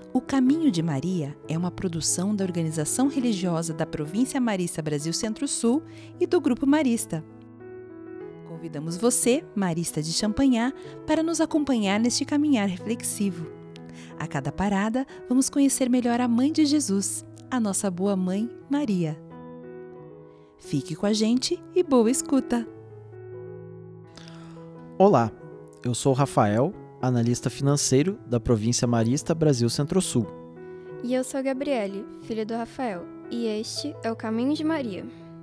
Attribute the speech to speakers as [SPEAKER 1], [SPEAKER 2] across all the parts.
[SPEAKER 1] O Caminho de Maria é uma produção da Organização Religiosa da Província Marista Brasil Centro-Sul e do Grupo Marista. Convidamos você, marista de Champanhar, para nos acompanhar neste caminhar reflexivo. A cada parada, vamos conhecer melhor a Mãe de Jesus, a nossa boa mãe, Maria. Fique com a gente e boa escuta!
[SPEAKER 2] Olá, eu sou o Rafael, analista financeiro da Província Marista Brasil Centro-Sul.
[SPEAKER 3] E eu sou a Gabriele, filha do Rafael, e este é o Caminho de Maria.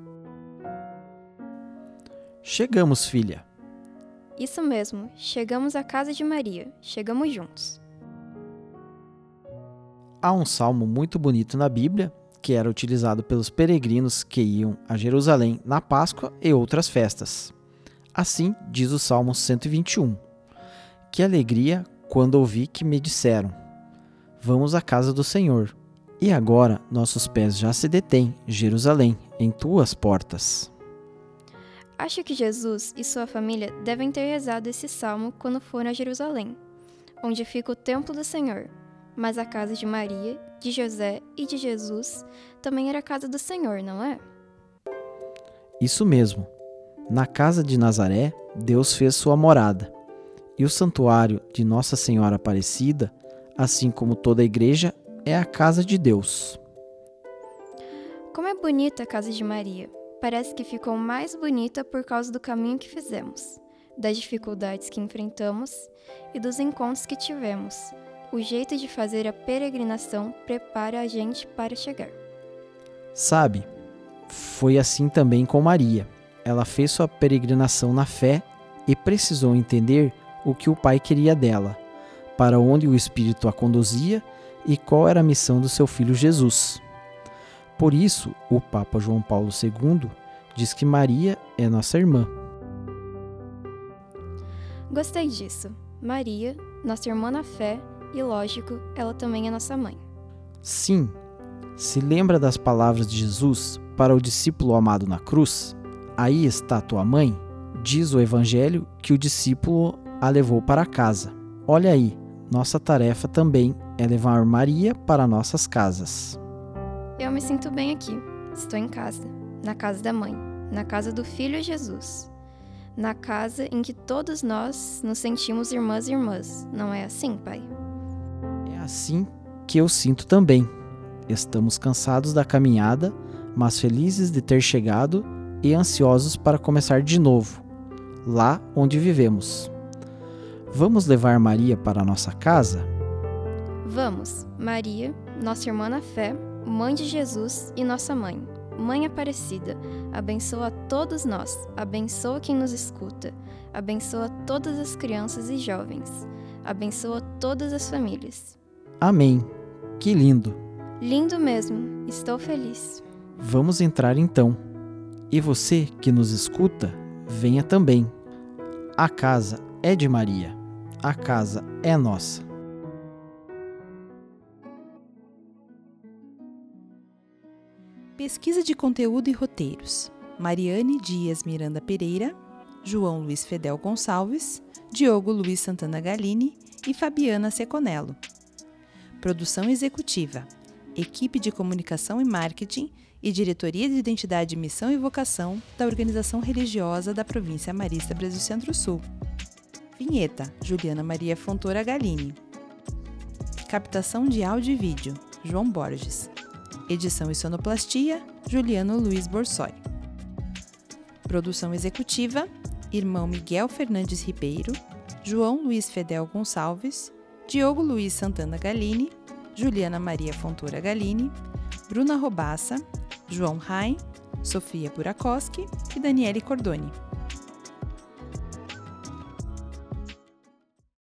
[SPEAKER 2] Chegamos, filha.
[SPEAKER 3] Isso mesmo, chegamos à casa de Maria, chegamos juntos.
[SPEAKER 2] Há um salmo muito bonito na Bíblia, que era utilizado pelos peregrinos que iam a Jerusalém na Páscoa e outras festas. Assim diz o Salmo 121. Que alegria quando ouvi que me disseram: vamos à casa do Senhor. E agora nossos pés já se detêm, Jerusalém, em tuas portas.
[SPEAKER 3] Acho que Jesus e sua família devem ter rezado esse salmo quando foram a Jerusalém, onde fica o templo do Senhor. Mas a casa de Maria, de José e de Jesus também era a casa do Senhor, não é?
[SPEAKER 2] Isso mesmo. Na casa de Nazaré, Deus fez sua morada. E o santuário de Nossa Senhora Aparecida, assim como toda a igreja, é a casa de Deus.
[SPEAKER 3] Como é bonita a casa de Maria. Parece que ficou mais bonita por causa do caminho que fizemos, das dificuldades que enfrentamos e dos encontros que tivemos. O jeito de fazer a peregrinação prepara a gente para chegar.
[SPEAKER 2] Sabe, foi assim também com Maria. Ela fez sua peregrinação na fé e precisou entender o que o Pai queria dela, para onde o Espírito a conduzia e qual era a missão do seu filho Jesus. Por isso, o Papa João Paulo II diz que Maria é nossa irmã.
[SPEAKER 3] Gostei disso. Maria, nossa irmã na fé e, lógico, ela também é nossa mãe.
[SPEAKER 2] Sim, se lembra das palavras de Jesus para o discípulo amado na cruz? Aí está tua mãe? Diz o Evangelho que o discípulo a levou para casa. Olha aí, nossa tarefa também é levar Maria para nossas casas.
[SPEAKER 3] Eu me sinto bem aqui. Estou em casa, na casa da mãe, na casa do Filho Jesus, na casa em que todos nós nos sentimos irmãs e irmãs. Não é assim, Pai?
[SPEAKER 2] É assim que eu sinto também. Estamos cansados da caminhada, mas felizes de ter chegado e ansiosos para começar de novo, lá onde vivemos. Vamos levar Maria para a nossa casa?
[SPEAKER 3] Vamos, Maria, nossa irmã na fé, mãe de Jesus e nossa mãe. Mãe Aparecida, abençoa todos nós, abençoa quem nos escuta, abençoa todas as crianças e jovens, abençoa todas as famílias.
[SPEAKER 2] Amém. Que lindo!
[SPEAKER 3] Lindo mesmo, estou feliz.
[SPEAKER 2] Vamos entrar então. E você que nos escuta, venha também. A casa é de Maria. A casa é nossa.
[SPEAKER 1] Pesquisa de conteúdo e roteiros: Mariane Dias Miranda Pereira, João Luiz Fedel Gonçalves, Diogo Luiz Santana Galini e Fabiana Seconello. Produção executiva: Equipe de Comunicação e Marketing e Diretoria de Identidade, Missão e Vocação da Organização Religiosa da Província Marista Brasil Centro-Sul. Vinheta: Juliana Maria Fontoura Galini. Captação de áudio e vídeo: João Borges. Edição e sonoplastia: Juliano Luiz Borsoi. Produção executiva: Irmão Miguel Fernandes Ribeiro, João Luiz Fedel Gonçalves, Diogo Luiz Santana Galini, Juliana Maria Fontoura Galini, Bruna Robassa, João Rain, Sofia Burakoski e Daniele Cordoni.